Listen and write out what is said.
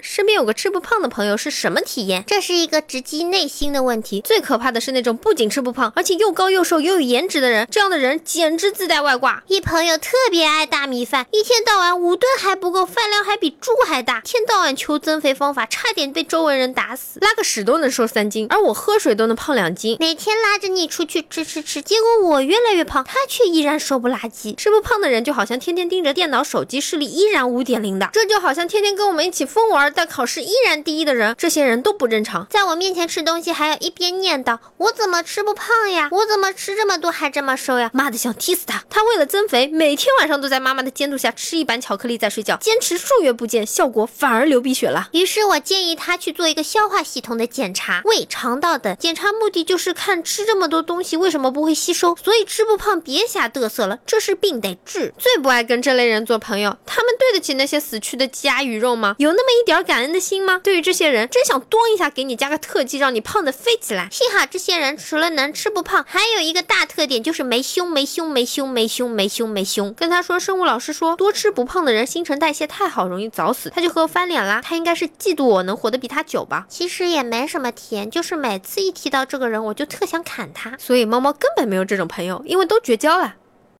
身边有个吃不胖的朋友是什么体验？ 这是一个直击内心的问题。 最可怕的是那种不仅吃不胖，而且又高又瘦又有颜值的人，这样的人简直自带外挂。 一朋友特别爱大米饭，一天到晚5顿还不够，饭量还比猪还大，天到晚求增肥方法，差点被周围人打死。 拉个屎都能瘦3斤，而我喝水都能胖2斤。 每天拉着你出去吃，结果我越来越胖，他却依然瘦不拉几。 吃不胖的人就好像天天盯着电脑手机，视力依然5.0的，这就好像天天跟我们一起疯玩，但考试依然第一的人，这些人都不正常。 在我面前吃东西还要一边念叨，我怎么吃不胖呀？我怎么吃这么多还这么瘦呀？ 妈的，想踢死他！他为了增肥，每天晚上都在妈妈的监督下吃1板巧克力再睡觉，坚持数月不见，效果反而流鼻血了。 于是我建议他去做一个消化系统的检查，胃、肠道等。检查目的就是看吃这么多东西为什么不会吸收，所以吃不胖别瞎嘚瑟了，这是病得治。 最不爱跟这类人做朋友，他们对得起那些死去的鸡鸭鱼肉吗？有那么一点感恩的心吗？对于这些人，真想咣一下给你加个特技，让你胖得飞起来。 幸好这些人除了能吃不胖，还有一个大特点，就是没胸。 跟他说，生物老师说多吃不胖的人新陈代谢太好，容易早死，他就和我翻脸啦。他应该是嫉妒我能活得比他久吧？ 其实也没什么甜，就是每次一提到这个人，我就特想砍他。 所以猫猫根本没有这种朋友，因为都绝交了。